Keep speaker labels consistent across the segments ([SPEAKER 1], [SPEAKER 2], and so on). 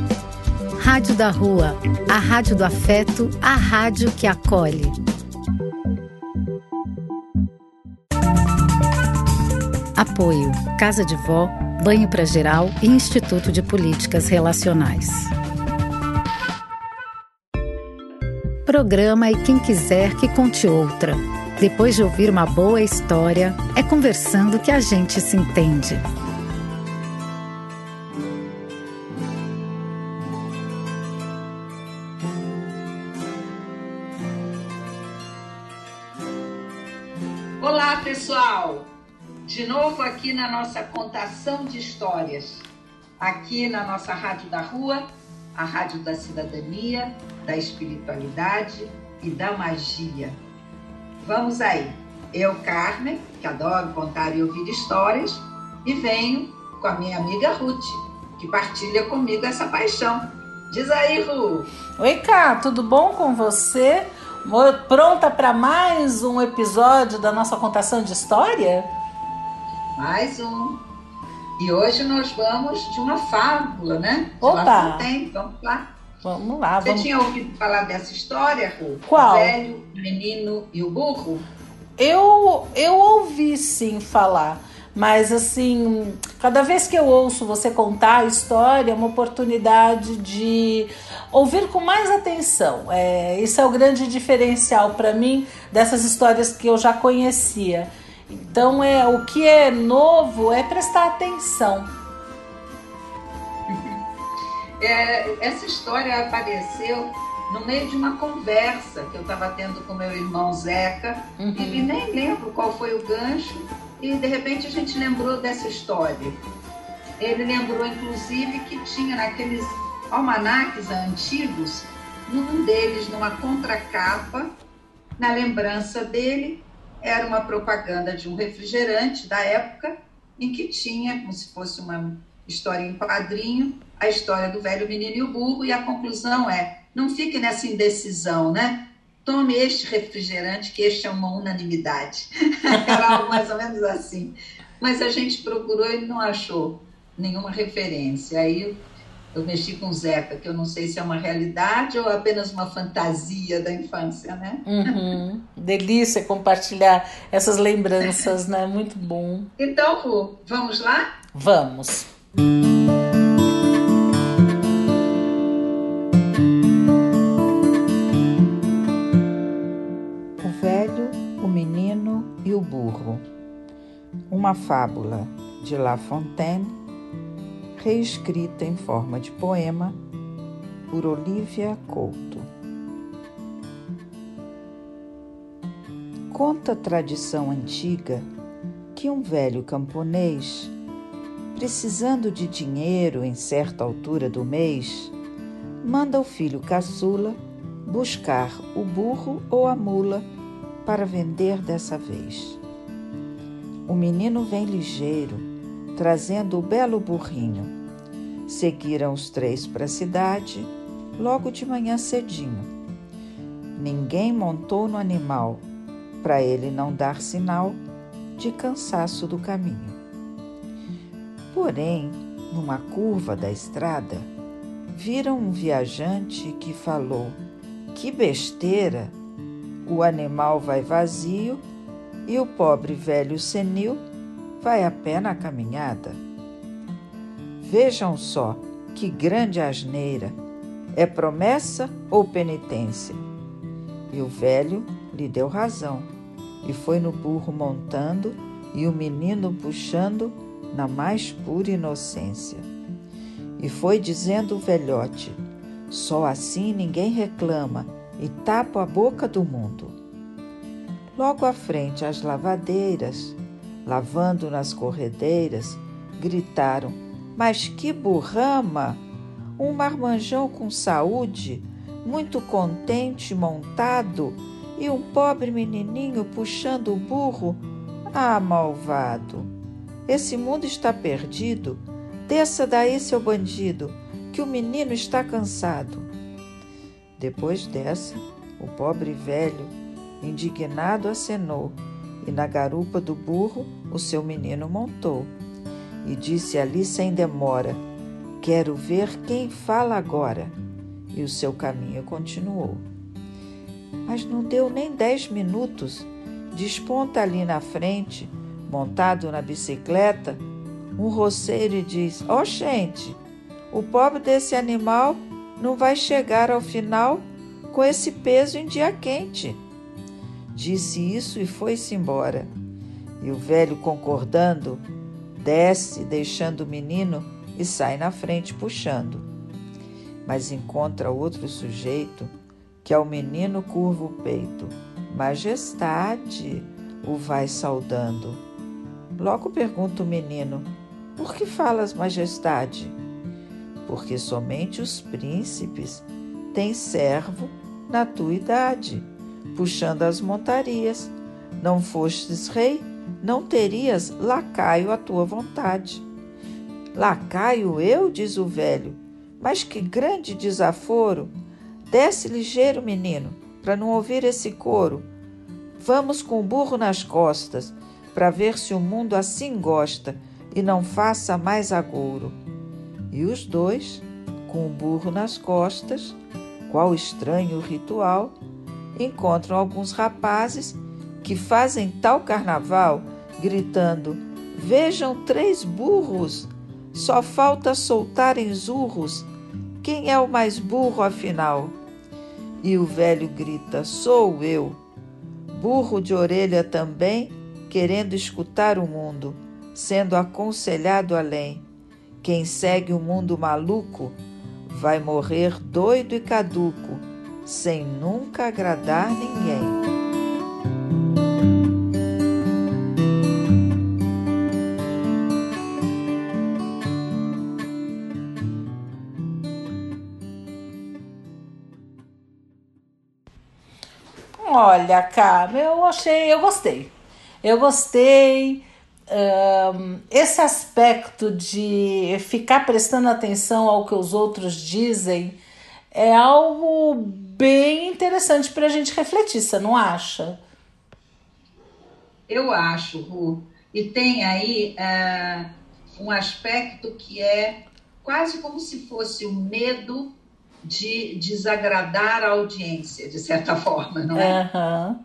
[SPEAKER 1] Rádio da Rua, a rádio do afeto, a rádio que acolhe. Apoio: Casa de Vó, Banho pra Geral e Instituto de Políticas Relacionais. Programa E Quem Quiser Que Conte Outra. Depois de ouvir uma boa história, é conversando que a gente se entende.
[SPEAKER 2] Olá, pessoal! De novo aqui na nossa contação de histórias. Aqui na nossa Rádio da Rua, a Rádio da Cidadania, da Espiritualidade e da Magia. Vamos aí. Eu, Carmen, que adoro contar e ouvir histórias, e venho com a minha amiga Ruth, que partilha comigo essa paixão. Diz aí, Ru!
[SPEAKER 3] Oi, Cá, tudo bom com você? Pronta para mais um episódio da nossa contação de história?
[SPEAKER 2] Mais um. E hoje nós vamos de uma fábula, né? De
[SPEAKER 3] Opa!
[SPEAKER 2] La Fontaine. Vamos lá.
[SPEAKER 3] Vamos lá.
[SPEAKER 2] Você tinha ouvido falar dessa história, Ru?
[SPEAKER 3] Qual?
[SPEAKER 2] O velho, o menino e o burro?
[SPEAKER 3] Eu ouvi sim falar, mas assim, cada vez que eu ouço você contar a história, é uma oportunidade de ouvir com mais atenção. Isso é o grande diferencial para mim dessas histórias que eu já conhecia. Então, o que é novo é prestar atenção.
[SPEAKER 2] Essa história apareceu no meio de uma conversa que eu estava tendo com meu irmão Zeca, e nem lembro qual foi o gancho, e de repente a gente lembrou dessa história. Ele lembrou, inclusive, que tinha naqueles almanaques antigos, num deles, numa contracapa, na lembrança dele, era uma propaganda de um refrigerante da época, em que tinha, como se fosse uma história em quadrinho, a história do velho, menino e o burro, e a conclusão não fique nessa indecisão, né? Tome este refrigerante, que este é uma unanimidade. Era algo mais ou menos assim. Mas a gente procurou e não achou nenhuma referência. Aí eu mexi com o Zeca, que eu não sei se é uma realidade ou apenas uma fantasia da infância, né?
[SPEAKER 3] Delícia compartilhar essas lembranças, né? Muito bom.
[SPEAKER 2] Então, Ru, vamos lá?
[SPEAKER 3] Vamos.
[SPEAKER 4] O velho, o menino e o burro. Uma fábula de La Fontaine, reescrita em forma de poema por Olivia Couto. Conta a tradição antiga que um velho camponês, precisando de dinheiro em certa altura do mês, manda o filho caçula buscar o burro ou a mula para vender dessa vez. O menino vem ligeiro, trazendo o belo burrinho. Seguiram os três para a cidade, logo de manhã cedinho. Ninguém montou no animal, para ele não dar sinal de cansaço do caminho. Porém, numa curva da estrada, viram um viajante que falou: "Que besteira! O animal vai vazio e o pobre velho senil vai a pé na caminhada. Vejam só que grande asneira! É promessa ou penitência?" E o velho lhe deu razão, e foi no burro montando e o menino puxando na mais pura inocência. E foi dizendo o velhote: "Só assim ninguém reclama e tapa a boca do mundo." Logo à frente, as lavadeiras, lavando nas corredeiras, gritaram: "Mas que burrama! Um marmanjão com saúde, muito contente montado, e um pobre menininho puxando o burro. Ah, malvado! Esse mundo está perdido. Desça daí, seu bandido, que o menino está cansado." Depois dessa, o pobre velho, indignado, acenou, e na garupa do burro o seu menino montou, e disse ali sem demora: Quero ver quem fala agora. E o seu caminho continuou. Mas não deu nem 10 minutos. Desponta ali na frente, montado na bicicleta, um roceiro e diz: ó, gente, o pobre desse animal não vai chegar ao final com esse peso em dia quente. Disse isso e foi-se embora. E o velho, concordando, desce, deixando o menino, e sai na frente puxando. Mas encontra outro sujeito que ao menino curva o peito. Majestade, o vai saudando. Logo pergunta o menino: por que falas majestade? Porque somente os príncipes têm servo na tua idade, puxando as montarias. Não fostes rei, não terias lacaio à tua vontade. Lacaio eu, diz o velho, mas que grande desaforo! Desce ligeiro, menino, para não ouvir esse coro. Vamos com o burro nas costas, para ver se o mundo assim gosta e não faça mais agouro. E os dois, com o burro nas costas, qual estranho ritual, encontram alguns rapazes que fazem tal carnaval, gritando: vejam 3 burros, só falta soltarem zurros, quem é o mais burro afinal? E o velho grita: sou eu, burro de orelha também, querendo escutar o mundo, sendo aconselhado além. Quem segue o mundo maluco vai morrer doido e caduco, sem nunca agradar ninguém.
[SPEAKER 3] Olha, cara, eu gostei. Eu gostei. Esse aspecto de ficar prestando atenção ao que os outros dizem é algo bem interessante para a gente refletir, você não acha?
[SPEAKER 2] Eu acho, Ru. E tem aí um aspecto que é quase como se fosse o medo de desagradar a audiência, de certa forma, não é?
[SPEAKER 3] Uhum.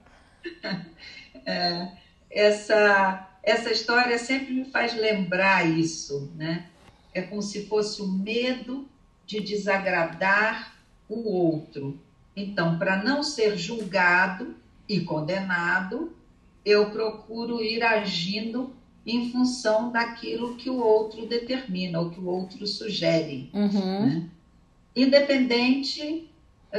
[SPEAKER 2] Essa história sempre me faz lembrar isso, né? É como se fosse o medo de desagradar o outro. Então, para não ser julgado e condenado, eu procuro ir agindo em função daquilo que o outro determina, ou que o outro sugere.
[SPEAKER 3] Uhum.
[SPEAKER 2] Né? Independente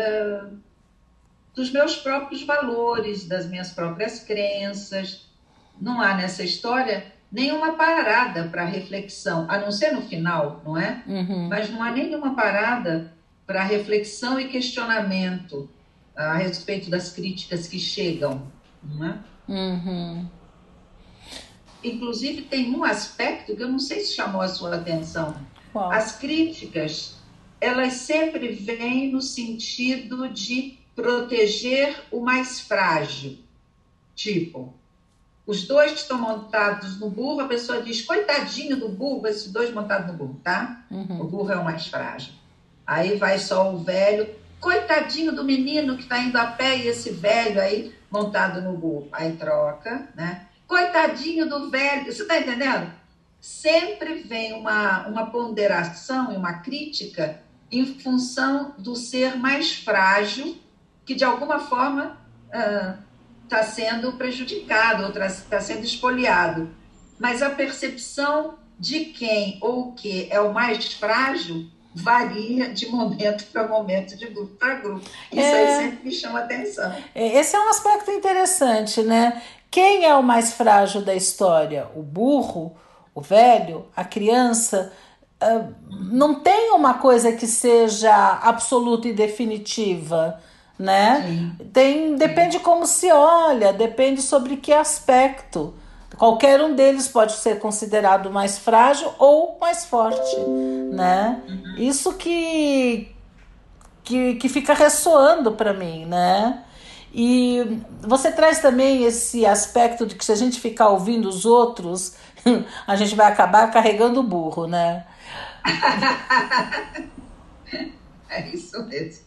[SPEAKER 2] dos meus próprios valores, das minhas próprias crenças. Não há nessa história nenhuma parada para reflexão, a não ser no final, não é?
[SPEAKER 3] Uhum.
[SPEAKER 2] Mas não há nenhuma parada para reflexão e questionamento a respeito das críticas que chegam, não é?
[SPEAKER 3] Uhum.
[SPEAKER 2] Inclusive, tem um aspecto que eu não sei se chamou a sua atenção.
[SPEAKER 3] Qual?
[SPEAKER 2] As críticas, elas sempre vêm no sentido de proteger o mais frágil. Tipo, os dois estão montados no burro, a pessoa diz: coitadinho do burro, esses dois montados no burro, tá?
[SPEAKER 3] Uhum.
[SPEAKER 2] O burro é o mais frágil. Aí vai só o velho: coitadinho do menino que está indo a pé e esse velho aí montado no burro. Aí troca, né? Coitadinho do velho, você está entendendo? Sempre vem uma ponderação e uma crítica em função do ser mais frágil, que de alguma forma está sendo prejudicado, ou está sendo espoliado. Mas a percepção de quem ou o que é o mais frágil varia de momento para momento, de grupo para grupo. Isso aí sempre me chama a atenção.
[SPEAKER 3] Esse é um aspecto interessante, né? Quem é o mais frágil da história? O burro, o velho, a criança? Não tem uma coisa que seja absoluta e definitiva, né? Depende como se olha, depende sobre que aspecto. Qualquer um deles pode ser considerado mais frágil ou mais forte, né? Isso que fica ressoando para mim, né? E você traz também esse aspecto de que se a gente ficar ouvindo os outros, a gente vai acabar carregando o burro, né?
[SPEAKER 2] É isso mesmo.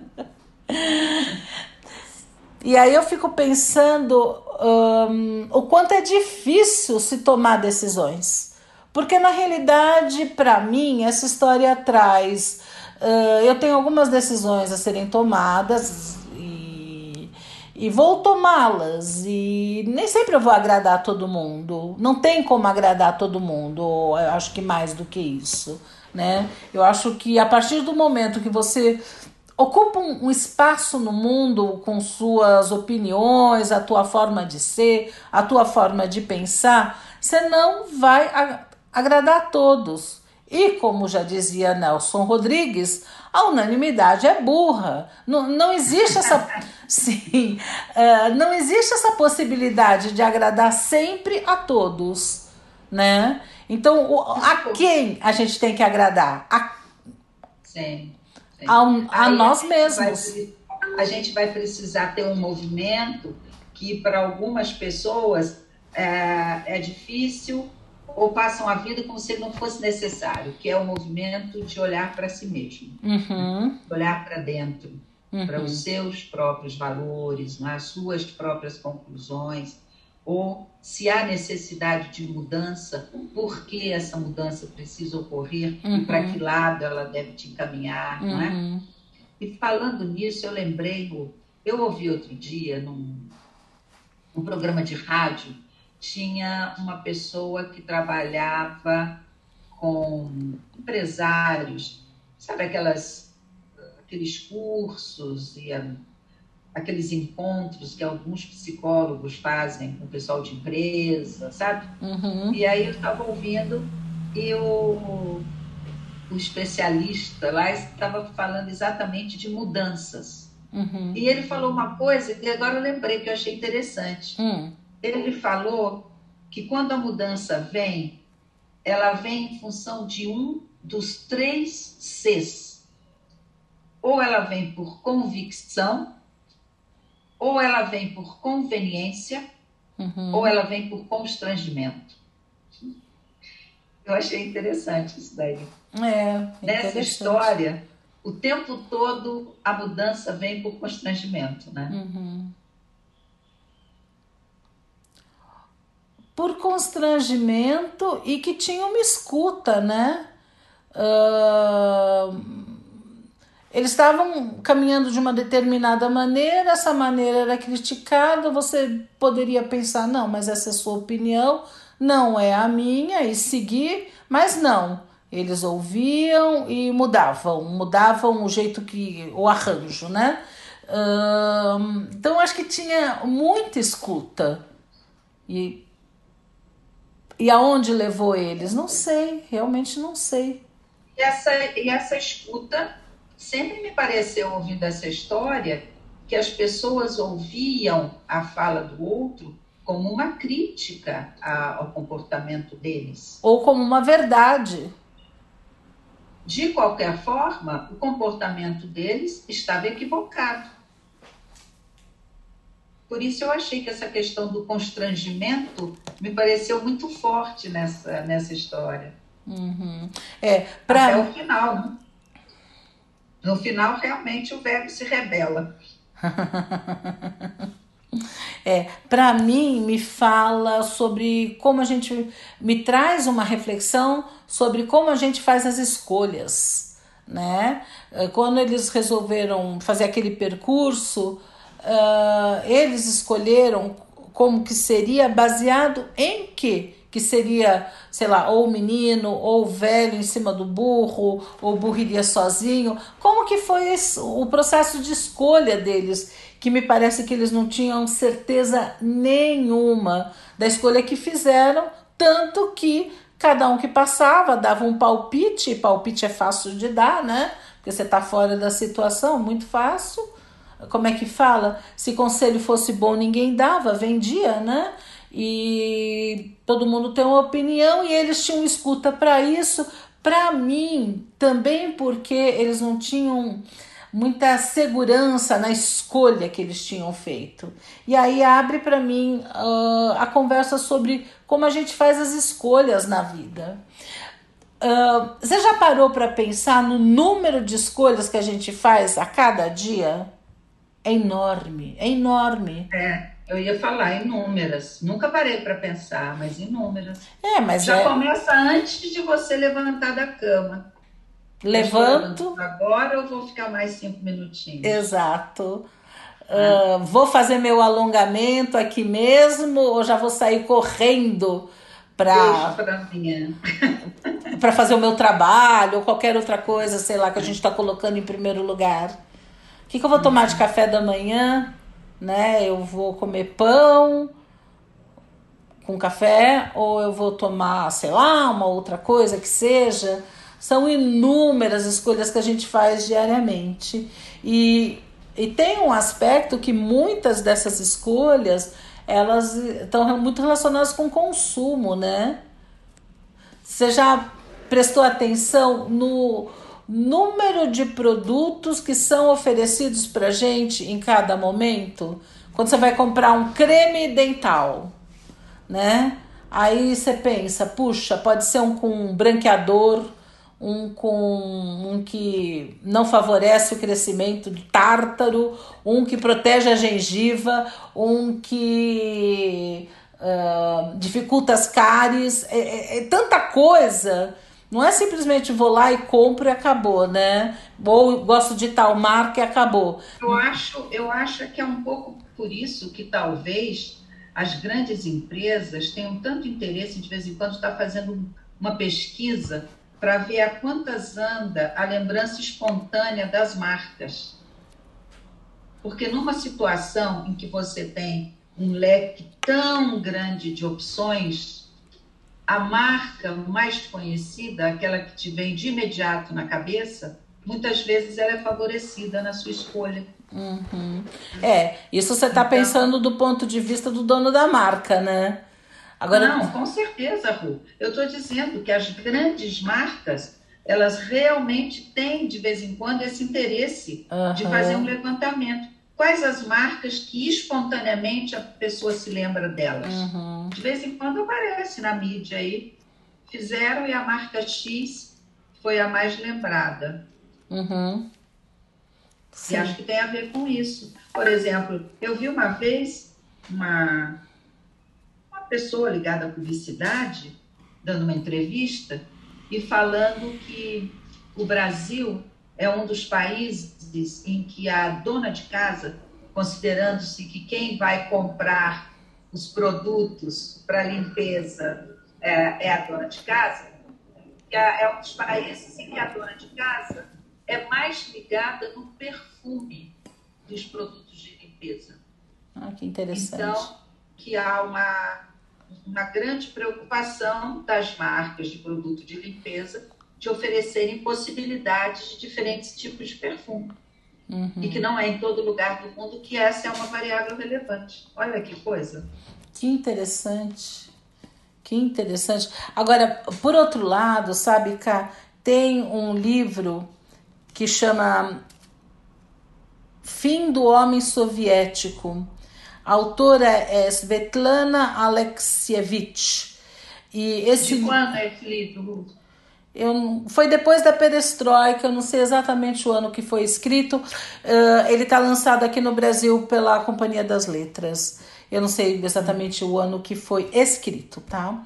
[SPEAKER 3] E aí eu fico pensando o quanto é difícil se tomar decisões. Porque na realidade, para mim, essa história traz... eu tenho algumas decisões a serem tomadas e vou tomá-las. E nem sempre eu vou agradar todo mundo. Não tem como agradar todo mundo. Eu acho que mais do que isso, né? Eu acho que a partir do momento que você ocupa um espaço no mundo com suas opiniões, a tua forma de ser, a tua forma de pensar, você não vai agradar a todos. E como já dizia Nelson Rodrigues, a unanimidade é burra. Não existe essa, sim, não existe essa possibilidade de agradar sempre a todos, né? Então, a quem a gente tem que agradar?
[SPEAKER 2] Sim.
[SPEAKER 3] A nós mesmos.
[SPEAKER 2] A gente vai precisar ter um movimento que para algumas pessoas é difícil ou passam a vida como se não fosse necessário, que é o movimento de olhar para si mesmo, olhar para dentro, para os seus próprios valores, as suas próprias conclusões, ou se há necessidade de mudança, por que essa mudança precisa ocorrer e para que lado ela deve te encaminhar, não é? E falando nisso, eu lembrei, eu ouvi outro dia num programa de rádio, tinha uma pessoa que trabalhava com empresários, sabe aqueles cursos e aqueles encontros que alguns psicólogos fazem com o pessoal de empresa, sabe? E aí eu estava ouvindo e o especialista lá estava falando exatamente de mudanças. E ele falou uma coisa que agora eu lembrei, que eu achei interessante. Ele falou que quando a mudança vem, ela vem em função de um dos 3 Cs. Ou ela vem por convicção, ou ela vem por conveniência, ou ela vem por constrangimento. Eu achei interessante isso daí. Nessa história, o tempo todo a mudança vem por constrangimento, né?
[SPEAKER 3] Por constrangimento e que tinha uma escuta, né? Eles estavam caminhando de uma determinada maneira, essa maneira era criticada, você poderia pensar, não, mas essa é a sua opinião, não é a minha, e seguir, mas não. Eles ouviam e mudavam o jeito o arranjo, né? Então, acho que tinha muita escuta. E aonde levou eles? Não sei, realmente não sei.
[SPEAKER 2] E essa escuta, sempre me pareceu, ouvindo essa história, que as pessoas ouviam a fala do outro como uma crítica ao comportamento deles.
[SPEAKER 3] Ou como uma verdade.
[SPEAKER 2] De qualquer forma, o comportamento deles estava equivocado. Por isso eu achei que essa questão do constrangimento me pareceu muito forte nessa história. Até o final, né? No final, realmente, o verbo se rebela.
[SPEAKER 3] Para mim, me fala sobre como a gente... Me traz uma reflexão sobre como a gente faz as escolhas, né? Quando eles resolveram fazer aquele percurso... eles escolheram como que seria baseado em quê? Que seria, sei lá, ou o menino, ou o velho em cima do burro, ou o burro iria sozinho. Como que foi o processo de escolha deles? Que me parece que eles não tinham certeza nenhuma da escolha que fizeram, tanto que cada um que passava dava um palpite, e palpite é fácil de dar, né? Porque você está fora da situação, muito fácil. Como é que fala? Se conselho fosse bom, ninguém dava, vendia, né? E todo mundo tem uma opinião e eles tinham escuta para isso. Para mim, também porque eles não tinham muita segurança na escolha que eles tinham feito. E aí abre para mim a conversa sobre como a gente faz as escolhas na vida. Você já parou para pensar no número de escolhas que a gente faz a cada dia? É enorme, é enorme.
[SPEAKER 2] Eu ia falar inúmeras. Nunca parei para pensar, mas inúmeras.
[SPEAKER 3] Mas
[SPEAKER 2] já começa antes de você levantar da cama.
[SPEAKER 3] Levanto.
[SPEAKER 2] Agora eu vou ficar mais 5 minutinhos.
[SPEAKER 3] Exato. Vou fazer meu alongamento aqui mesmo ou já vou sair correndo para fazer o meu trabalho ou qualquer outra coisa, sei lá, que a gente está colocando em primeiro lugar. O que eu vou tomar de café da manhã? Né? Eu vou comer pão com café ou eu vou tomar, sei lá, uma outra coisa que seja. São inúmeras escolhas que a gente faz diariamente. E tem um aspecto que muitas dessas escolhas, elas estão muito relacionadas com o consumo, né? Você já prestou atenção no número de produtos que são oferecidos pra gente em cada momento? Quando você vai comprar um creme dental, né? Aí você pensa, puxa, pode ser um com branqueador, um que não favorece o crescimento do tártaro, um que protege a gengiva, um que dificulta as cáries, tanta coisa. Não é simplesmente vou lá e compro e acabou, né? Ou gosto de tal marca e acabou.
[SPEAKER 2] Eu acho que é um pouco por isso que talvez as grandes empresas tenham tanto interesse de vez em quando estar fazendo uma pesquisa para ver a quantas anda a lembrança espontânea das marcas. Porque numa situação em que você tem um leque tão grande de opções, a marca mais conhecida, aquela que te vem de imediato na cabeça, muitas vezes ela é favorecida na sua escolha.
[SPEAKER 3] Isso você está pensando do ponto de vista do dono da marca, né?
[SPEAKER 2] Agora, não, com certeza, Ru. Eu estou dizendo que as grandes marcas, elas realmente têm, de vez em quando, esse interesse de fazer um levantamento. Quais as marcas que espontaneamente a pessoa se lembra delas? De vez em quando aparece na mídia aí. Fizeram e a marca X foi a mais lembrada. E acho que tem a ver com isso. Por exemplo, eu vi uma vez uma pessoa ligada à publicidade dando uma entrevista e falando que o Brasil é um dos países em que a dona de casa, considerando-se que quem vai comprar os produtos para limpeza é a dona de casa, é um dos países em que a dona de casa é mais ligada no perfume dos produtos de limpeza.
[SPEAKER 3] Que interessante.
[SPEAKER 2] Então, que há uma grande preocupação das marcas de produto de limpeza de oferecerem possibilidades de diferentes tipos de perfume. E que não é em todo lugar do mundo que essa é uma variável relevante. Olha que coisa.
[SPEAKER 3] Que interessante. Que interessante. Agora, por outro lado, sabe, Ká, tem um livro que chama Fim do Homem Soviético. A autora é Svetlana Alexievich. E
[SPEAKER 2] de quando é esse livro?
[SPEAKER 3] Foi depois da perestroika, eu não sei exatamente o ano que foi escrito. Ele está lançado aqui no Brasil pela Companhia das Letras. Eu não sei exatamente o ano que foi escrito, tá?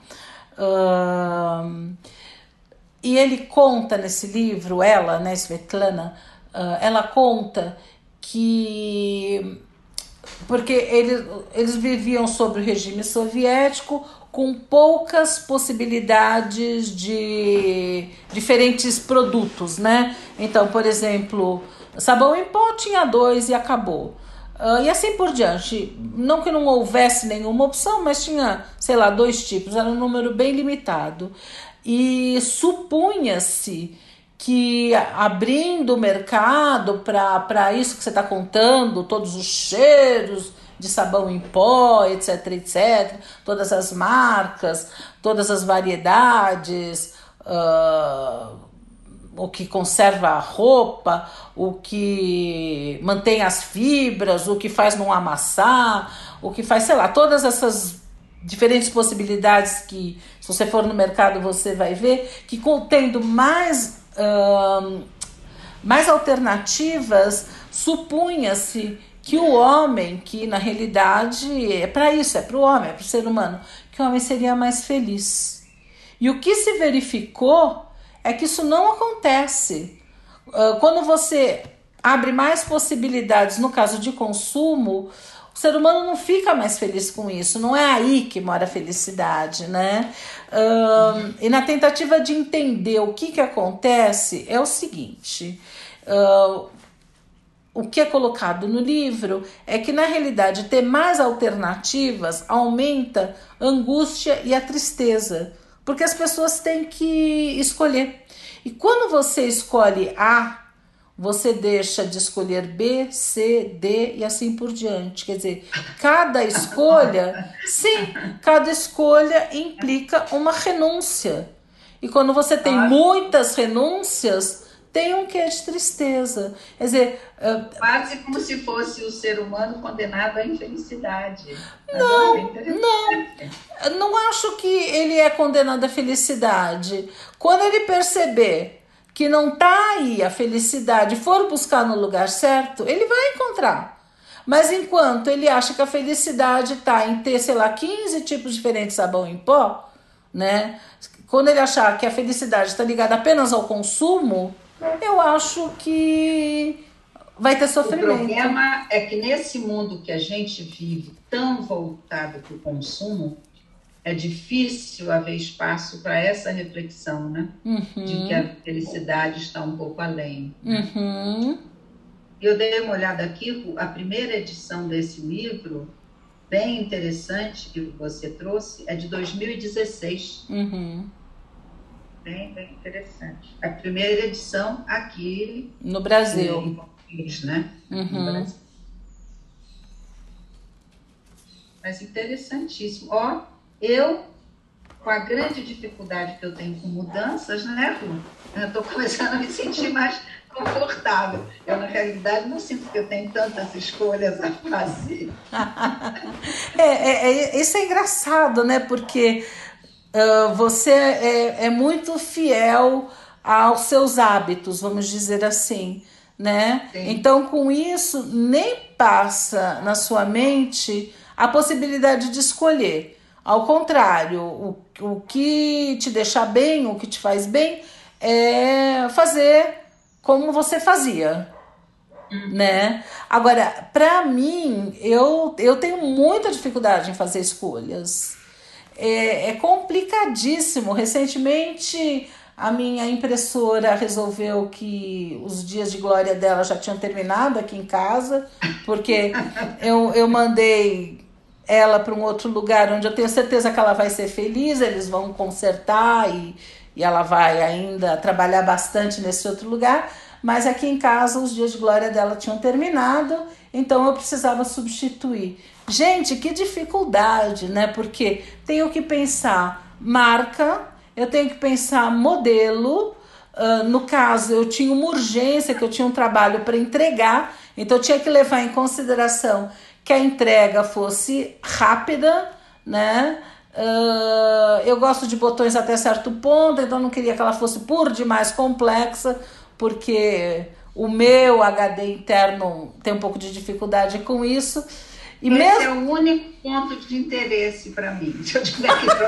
[SPEAKER 3] E ele conta nesse livro, ela, né, Svetlana, ela conta que... Porque eles viviam sob o regime soviético com poucas possibilidades de diferentes produtos, né? Então, por exemplo, sabão em pó tinha 2 e acabou. E assim por diante. Não que não houvesse nenhuma opção, mas tinha, sei lá, 2 tipos. Era um número bem limitado. E supunha-se que abrindo o mercado para isso que você está contando, todos os cheiros de sabão em pó, etc, etc, todas as marcas, todas as variedades, o que conserva a roupa, o que mantém as fibras, o que faz não amassar, o que faz, sei lá, todas essas diferentes possibilidades que Se você for no mercado, você vai ver que tendo mais alternativas, supunha-se que o homem, que na realidade é para isso, é para o homem, é para o ser humano, que o homem seria mais feliz. E o que se verificou é que isso não acontece. Quando você abre mais possibilidades no caso de consumo, o ser humano não fica mais feliz com isso. Não é aí que mora a felicidade, né? E na tentativa de entender o que acontece, é o seguinte: o que é colocado no livro é que, na realidade, ter mais alternativas aumenta a angústia e a tristeza, porque as pessoas têm que escolher. E quando você escolhe A, você deixa de escolher B, C, D e assim por diante. Quer dizer, cada escolha implica uma renúncia. E quando você tem muitas renúncias, tem um quê de tristeza. Quer dizer,
[SPEAKER 2] quase como se fosse o ser humano condenado à infelicidade.
[SPEAKER 3] Não acho que ele é condenado à felicidade. Quando ele perceber que não está aí a felicidade, for buscar no lugar certo, ele vai encontrar. Mas enquanto ele acha que a felicidade está em ter, 15 tipos diferentes de sabão em pó, né? Quando ele achar que a felicidade está ligada apenas ao consumo, eu acho que vai ter sofrimento.
[SPEAKER 2] O problema é que nesse mundo que a gente vive, tão voltado para o consumo, é difícil haver espaço para essa reflexão, né? De que a felicidade está um pouco além. Eu dei uma olhada aqui, a primeira edição desse livro, bem interessante, que você trouxe, é de 2016. Bem interessante. A primeira edição aqui...
[SPEAKER 3] No Brasil.
[SPEAKER 2] Em português, né? No Brasil. Mas interessantíssimo. Eu, com a grande dificuldade que eu tenho com mudanças, né, Ru? Eu estou começando a me sentir mais confortável. Eu, na realidade, não sinto que eu tenho tantas escolhas a fazer.
[SPEAKER 3] Isso é engraçado, né? Porque você é muito fiel aos seus hábitos, vamos dizer assim, né? Sim. Então, com isso, nem passa na sua mente a possibilidade de escolher. Ao contrário, o que te deixa bem, o que te faz bem, é fazer como você fazia, né? Agora, para mim, eu tenho muita dificuldade em fazer escolhas. É complicadíssimo. Recentemente, a minha impressora resolveu que os dias de glória dela já tinham terminado aqui em casa, porque eu mandei ela para um outro lugar onde eu tenho certeza que ela vai ser feliz, eles vão consertar e ela vai ainda trabalhar bastante nesse outro lugar, mas aqui em casa os dias de glória dela tinham terminado, então eu precisava substituir. Gente, que dificuldade, né? Porque tenho que pensar marca, eu tenho que pensar modelo, no caso eu tinha uma urgência, que eu tinha um trabalho para entregar, então eu tinha que levar em consideração que a entrega fosse rápida, né? Eu gosto de botões até certo ponto, então não queria que ela fosse por demais complexa, porque o meu HD interno tem um pouco de dificuldade com isso.
[SPEAKER 2] E esse é o único ponto de interesse para mim, se eu tiver que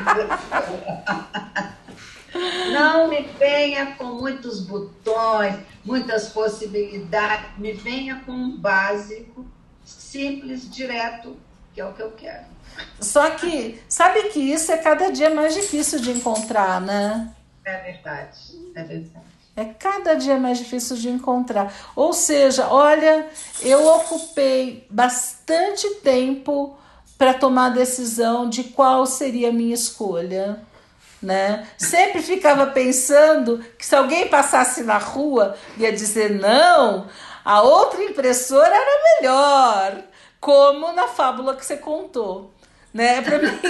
[SPEAKER 2] trocar. Não me venha com muitos botões, muitas possibilidades, me venha com um básico, simples, direto, que é o que eu quero.
[SPEAKER 3] Só que, sabe que isso é cada dia mais difícil de encontrar, né?
[SPEAKER 2] É verdade, é verdade.
[SPEAKER 3] É cada dia mais difícil de encontrar. Ou seja, olha, eu ocupei bastante tempo para tomar a decisão de qual seria a minha escolha, né? Sempre ficava pensando que se alguém passasse na rua ia dizer não, a outra impressora era melhor, como na fábula que você contou, né? Para mim.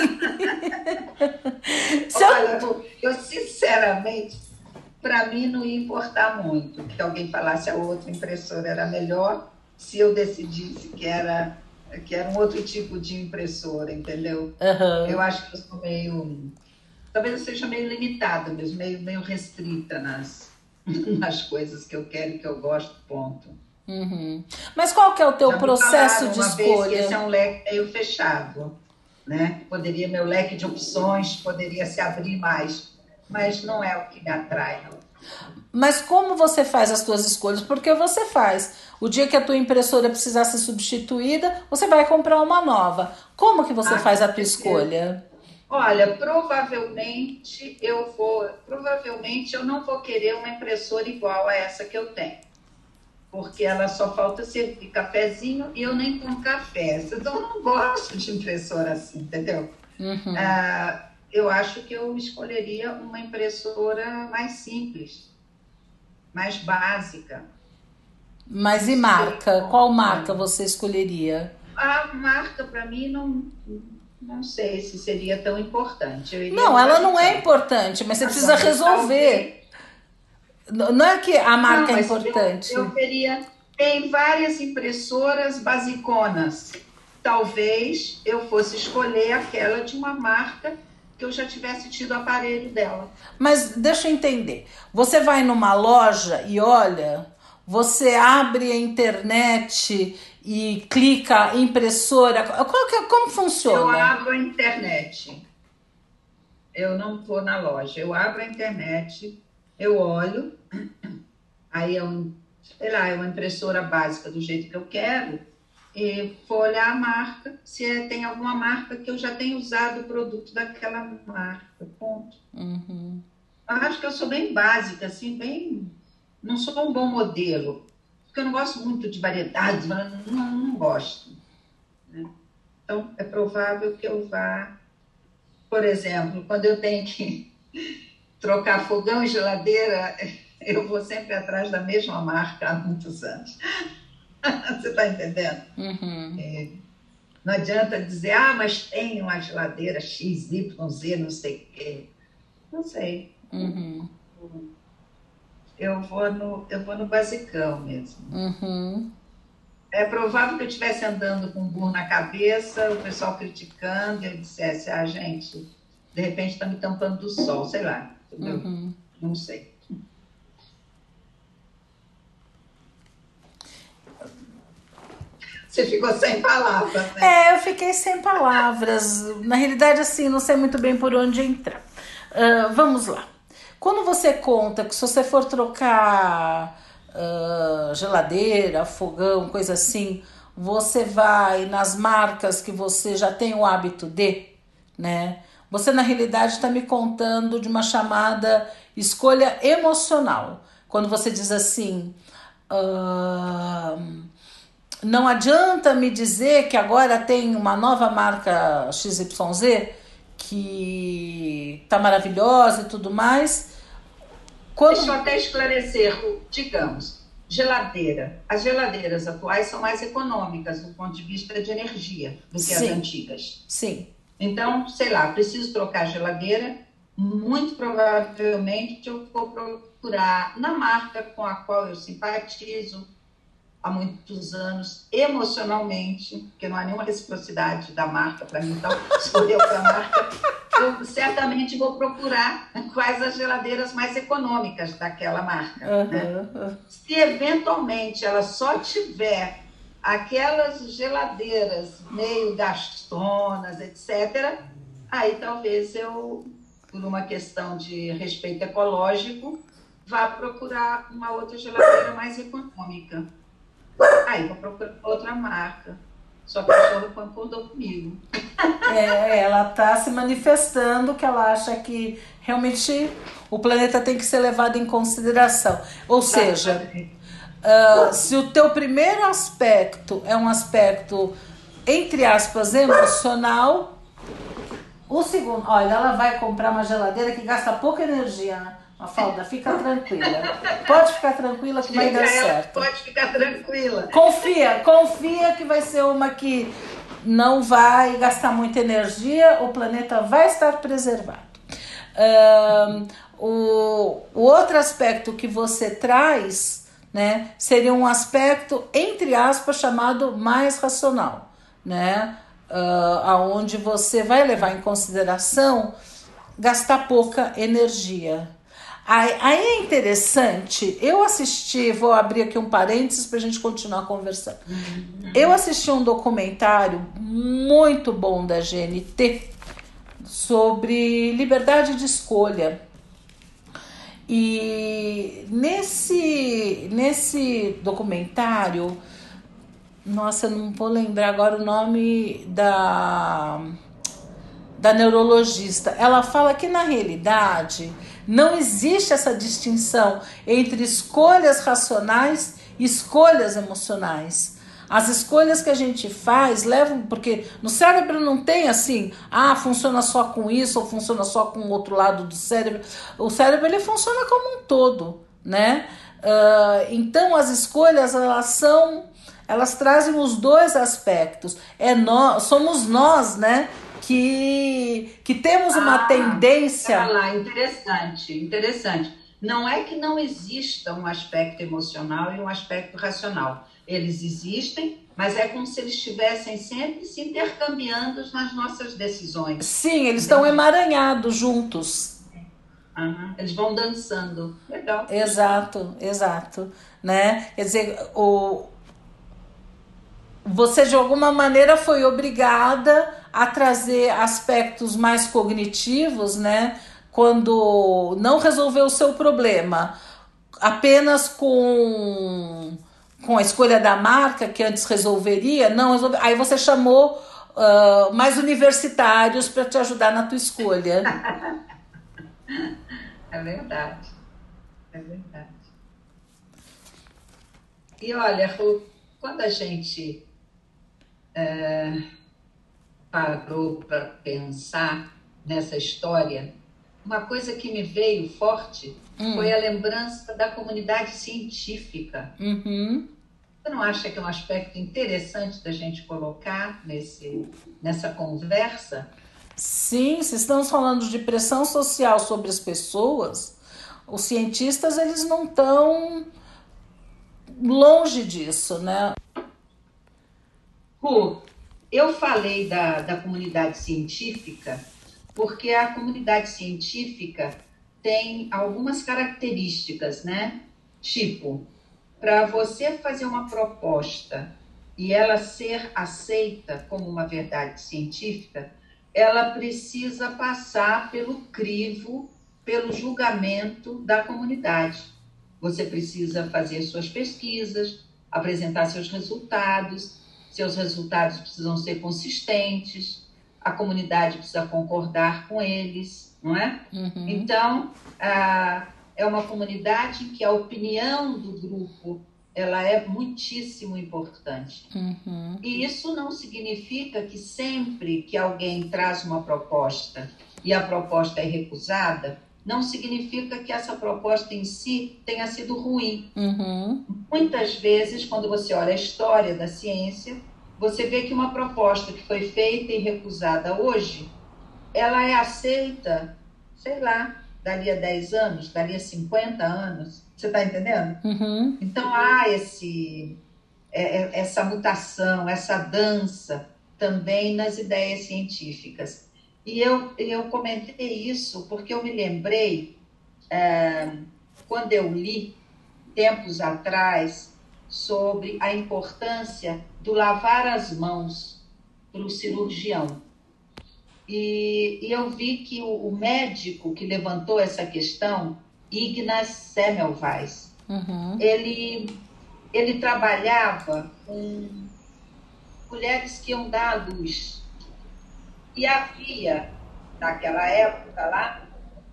[SPEAKER 2] Olha, eu sinceramente, para mim não ia importar muito que alguém falasse a outra impressora era melhor, se eu decidisse que era um outro tipo de impressora, entendeu? Eu acho que eu sou meio talvez eu seja meio limitada mesmo, meio restrita nas coisas que eu quero e que eu gosto, ponto.
[SPEAKER 3] Uhum. Mas qual que é o teu processo de escolha?
[SPEAKER 2] Vez que esse é um leque meio fechado, né? Meu leque de opções poderia se abrir mais, mas não é o que me atrai, não.
[SPEAKER 3] Mas como você faz as tuas escolhas? Porque você faz. O dia que a tua impressora precisar ser substituída, você vai comprar uma nova. Como que você faz a tua escolha?
[SPEAKER 2] Olha, provavelmente eu não vou querer uma impressora igual a essa que eu tenho. Porque ela só falta servir cafezinho e eu nem tomo café. Então eu não gosto de impressora assim, entendeu?
[SPEAKER 3] Uhum.
[SPEAKER 2] Eu acho que eu escolheria uma impressora mais simples, mais básica.
[SPEAKER 3] Mas e marca? Qual marca você escolheria?
[SPEAKER 2] A marca, para mim, não sei se seria tão importante.
[SPEAKER 3] Não, ela não é importante, mas você precisa resolver. Não é que a marca é importante.
[SPEAKER 2] Tem várias impressoras basiconas. Talvez eu fosse escolher aquela de uma marca que eu já tivesse tido o aparelho dela.
[SPEAKER 3] Mas deixa eu entender. Você vai numa loja e olha, você abre a internet e clica impressora. Como funciona?
[SPEAKER 2] Eu abro a internet. Eu não vou na loja. Eu abro a internet, eu olho, aí é uma impressora básica do jeito que eu quero, e vou olhar a marca, se tem alguma marca que eu já tenho usado o produto daquela marca, ponto.
[SPEAKER 3] Uhum.
[SPEAKER 2] Eu acho que eu sou bem básica, assim, não sou um bom modelo, porque eu não gosto muito de variedades, não gosto, né? Então, é provável que eu vá, por exemplo, quando eu tenho que trocar fogão e geladeira, eu vou sempre atrás da mesma marca há muitos anos. Você está entendendo?
[SPEAKER 3] Uhum.
[SPEAKER 2] Não adianta dizer, mas tem uma geladeira X, Y, Z, não sei o quê. Não sei.
[SPEAKER 3] Uhum.
[SPEAKER 2] Eu vou no basicão mesmo.
[SPEAKER 3] Uhum.
[SPEAKER 2] É provável que eu estivesse andando com um burro na cabeça, o pessoal criticando, e eu dissesse, gente, de repente está me tampando do sol, sei lá. Entendeu?
[SPEAKER 3] Uhum.
[SPEAKER 2] Não sei. Você ficou sem palavras, né?
[SPEAKER 3] Eu fiquei sem palavras. Na realidade, assim, não sei muito bem por onde entrar. Vamos lá. Quando você conta que se você for trocar geladeira, fogão, coisa assim, você vai nas marcas que você já tem o hábito de, né? Você, na realidade, está me contando de uma chamada escolha emocional. Quando você diz assim... não adianta me dizer que agora tem uma nova marca XYZ que tá maravilhosa e tudo mais.
[SPEAKER 2] Deixa eu até esclarecer, digamos, geladeira. As geladeiras atuais são mais econômicas do ponto de vista de energia do que as antigas.
[SPEAKER 3] Sim.
[SPEAKER 2] Então, sei lá, preciso trocar a geladeira, muito provavelmente eu vou procurar na marca com a qual eu simpatizo há muitos anos, emocionalmente, porque não há nenhuma reciprocidade da marca para mim, então, se for eu para a marca, eu certamente vou procurar quais as geladeiras mais econômicas daquela marca. Né? Se eventualmente ela só tiver aquelas geladeiras meio gastonas, etc., aí talvez eu, por uma questão de respeito ecológico, vá procurar uma outra geladeira mais econômica. Aí vou procurar outra marca. Só que a pessoa não concordou comigo.
[SPEAKER 3] Ela está se manifestando que ela acha que realmente o planeta tem que ser levado em consideração. Ou seja, se o teu primeiro aspecto é um aspecto, entre aspas, emocional, o segundo, olha, ela vai comprar uma geladeira que gasta pouca energia, né? Mafalda, fica tranquila. Pode ficar tranquila que vai dar certo.
[SPEAKER 2] Pode ficar tranquila.
[SPEAKER 3] Confia que vai ser uma que não vai gastar muita energia, o planeta vai estar preservado. O outro aspecto que você traz, né, seria um aspecto, entre aspas, chamado mais racional, né? Aonde você vai levar em consideração gastar pouca energia. Aí é interessante, eu assisti, vou abrir aqui um parênteses para a gente continuar conversando. Eu assisti um documentário muito bom da GNT sobre liberdade de escolha. E nesse documentário, nossa, eu não vou lembrar agora o nome da neurologista. Ela fala que na realidade não existe essa distinção entre escolhas racionais e escolhas emocionais. As escolhas que a gente faz levam, porque no cérebro não tem assim, funciona só com isso ou funciona só com o outro lado do cérebro. O cérebro ele funciona como um todo, né? Então as escolhas elas trazem os dois aspectos. Somos nós, né? Que temos uma tendência.
[SPEAKER 2] Lá, interessante. Não é que não exista um aspecto emocional e um aspecto racional. Eles existem, mas é como se eles estivessem sempre se intercambiando nas nossas decisões.
[SPEAKER 3] Sim, eles estão emaranhados juntos.
[SPEAKER 2] Eles vão dançando. Legal.
[SPEAKER 3] Exato. Né? Quer dizer, você de alguma maneira foi obrigada a trazer aspectos mais cognitivos, né? Quando não resolveu o seu problema apenas com a escolha da marca que antes resolveria, não resolve. Aí você chamou mais universitários para te ajudar na tua escolha.
[SPEAKER 2] É verdade. E olha, Ru, quando a gente parou para pensar nessa história, uma coisa que me veio forte foi a lembrança da comunidade científica. Você não acha que é um aspecto interessante da gente colocar nessa conversa?
[SPEAKER 3] Sim, se estamos falando de pressão social sobre as pessoas, os cientistas eles não estão longe disso, né?
[SPEAKER 2] Ru, eu falei da comunidade científica porque a comunidade científica tem algumas características, né? Tipo, para você fazer uma proposta e ela ser aceita como uma verdade científica, ela precisa passar pelo crivo, pelo julgamento da comunidade. Você precisa fazer suas pesquisas, apresentar seus resultados precisam ser consistentes, a comunidade precisa concordar com eles, não é? Então, é uma comunidade em que a opinião do grupo ela é muitíssimo importante. E isso não significa que sempre que alguém traz uma proposta e a proposta é recusada, não significa que essa proposta em si tenha sido ruim. Muitas vezes, quando você olha a história da ciência, você vê que uma proposta que foi feita e recusada hoje, ela é aceita, sei lá, dali a 10 anos, dali a 50 anos. Você está entendendo? Então, há essa mutação, essa dança também nas ideias científicas. E eu comentei isso porque eu me lembrei, quando eu li, tempos atrás, sobre a importância do lavar as mãos para o cirurgião. E eu vi que o médico que levantou essa questão, Ignaz Semmelweis, ele trabalhava com mulheres que iam dar à luz. E havia, naquela época lá,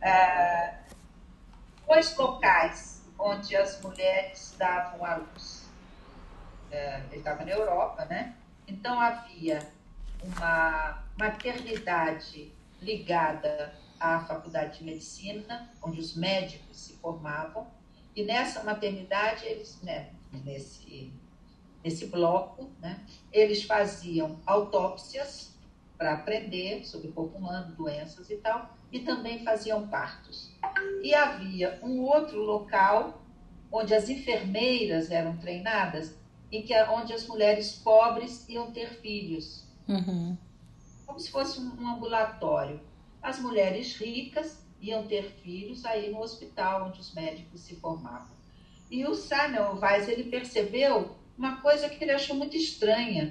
[SPEAKER 2] 2 locais onde as mulheres davam à luz. Ele estava na Europa, né? Então havia uma maternidade ligada à faculdade de medicina, onde os médicos se formavam, e nessa maternidade, eles, né, nesse bloco, né, eles faziam autópsias para aprender sobre o corpo humano, doenças e tal, e também faziam partos. E havia um outro local onde as enfermeiras eram treinadas e onde as mulheres pobres iam ter filhos. Como se fosse um ambulatório. as mulheres ricas iam ter filhos aí no hospital onde os médicos se formavam. E o Semmelweis, ele percebeu uma coisa que ele achou muito estranha.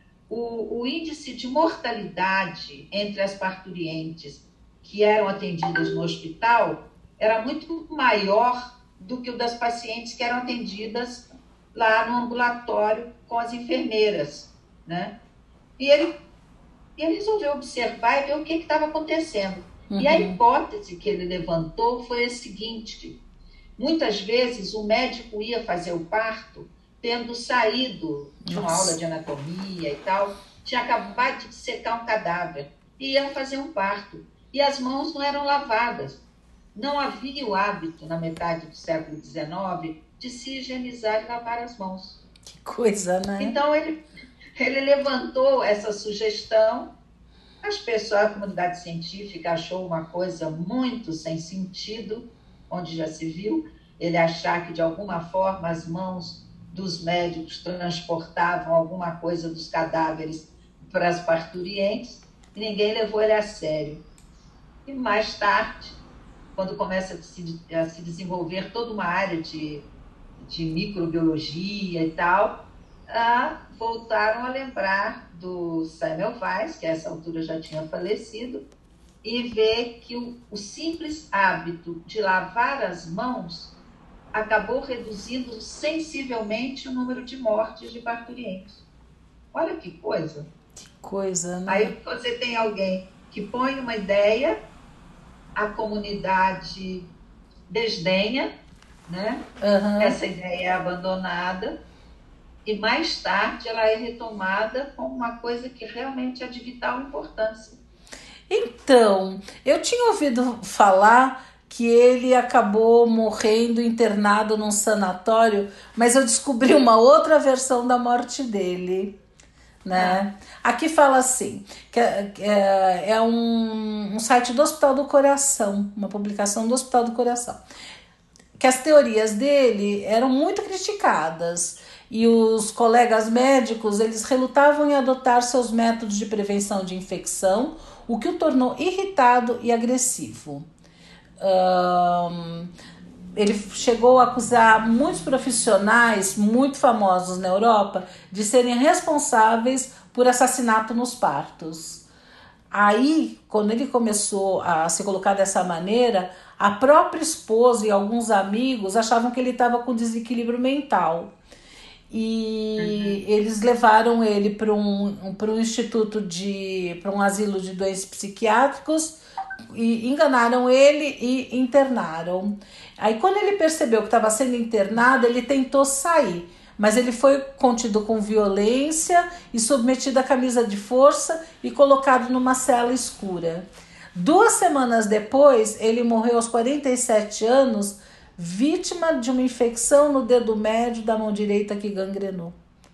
[SPEAKER 2] O índice de mortalidade entre as parturientes que eram atendidas no hospital era muito maior do que o das pacientes que eram atendidas lá no ambulatório com as enfermeiras, né? E ele resolveu observar e ver o que estava acontecendo. E a hipótese que ele levantou foi a seguinte: muitas vezes o médico ia fazer o parto tendo saído de uma aula de anatomia e tal, tinha acabado de secar um cadáver e ia fazer um parto. E as mãos não eram lavadas. Não havia o hábito, na metade do século XIX, de se higienizar e lavar as mãos.
[SPEAKER 3] Que coisa, né?
[SPEAKER 2] Então, ele levantou essa sugestão. As pessoas, a comunidade científica achou uma coisa muito sem sentido, onde já se viu, ele achar que, de alguma forma, as mãos dos médicos transportavam alguma coisa dos cadáveres para as parturientes, e ninguém levou ele a sério. E mais tarde, quando começa a se desenvolver toda uma área de microbiologia e tal, voltaram a lembrar do Semmelweis, que a essa altura já tinha falecido, e ver que o simples hábito de lavar as mãos acabou reduzindo sensivelmente o número de mortes de parturientes. Olha que coisa!
[SPEAKER 3] Que coisa, né?
[SPEAKER 2] Aí você tem alguém que põe uma ideia, a comunidade desdenha, né? Essa ideia é abandonada, e mais tarde ela é retomada como uma coisa que realmente é de vital importância.
[SPEAKER 3] Então, eu tinha ouvido falar que ele acabou morrendo internado num sanatório, mas eu descobri uma outra versão da morte dele, né? Aqui fala assim, que é um site do Hospital do Coração, uma publicação do Hospital do Coração, que as teorias dele eram muito criticadas e os colegas médicos, eles relutavam em adotar seus métodos de prevenção de infecção, o que o tornou irritado e agressivo. Ele chegou a acusar muitos profissionais muito famosos na Europa de serem responsáveis por assassinato nos partos. Aí, quando ele começou a se colocar dessa maneira, a própria esposa e alguns amigos achavam que ele estava com desequilíbrio mental. E eles levaram ele para um instituto para um asilo de doentes psiquiátricos, e enganaram ele e internaram. Aí, quando ele percebeu que estava sendo internado, ele tentou sair, mas ele foi contido com violência e submetido à camisa de força e colocado numa cela escura. 2 semanas depois, ele morreu aos 47 anos, vítima de uma infecção no dedo médio da mão direita que gangrenou.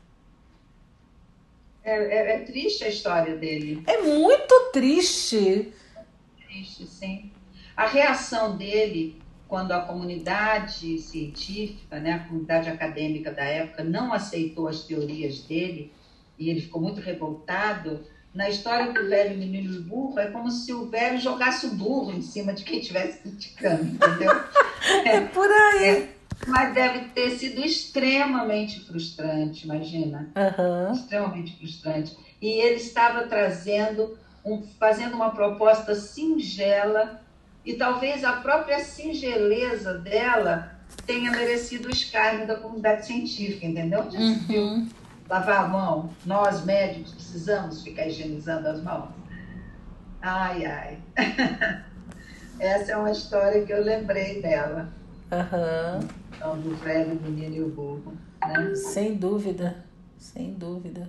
[SPEAKER 2] É triste a história dele.
[SPEAKER 3] É muito triste.
[SPEAKER 2] Triste, sim. A reação dele, quando a comunidade científica, né, a comunidade acadêmica da época não aceitou as teorias dele, e ele ficou muito revoltado, na história do velho menino e burro, é como se o velho jogasse o burro em cima de quem estivesse criticando, entendeu?
[SPEAKER 3] É por aí.
[SPEAKER 2] Mas deve ter sido extremamente frustrante, imagina. Extremamente frustrante. E ele estava fazendo uma proposta singela, e talvez a própria singeleza dela tenha merecido o escárnio da comunidade científica, entendeu? Lavar a mão, nós médicos precisamos ficar higienizando as mãos. Ai, ai. Essa é uma história que eu lembrei dela. Então, do velho menino e o burro, né?
[SPEAKER 3] Sem dúvida, sem dúvida.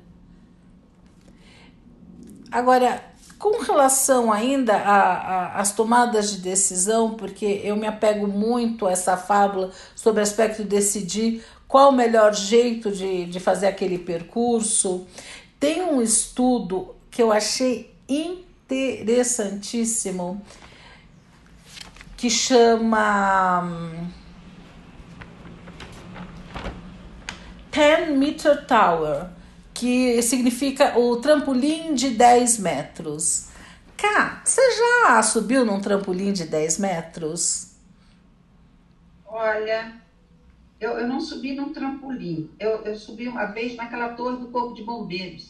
[SPEAKER 3] Agora, com relação ainda às tomadas de decisão, porque eu me apego muito a essa fábula sobre o aspecto de decidir qual o melhor jeito de fazer aquele percurso, tem um estudo que eu achei interessantíssimo, que chama 10 Meter Tower, que significa o trampolim de 10 metros. Cá, você já subiu num trampolim de 10 metros?
[SPEAKER 2] Olha, eu não subi num trampolim. Eu subi uma vez naquela torre do Corpo de Bombeiros.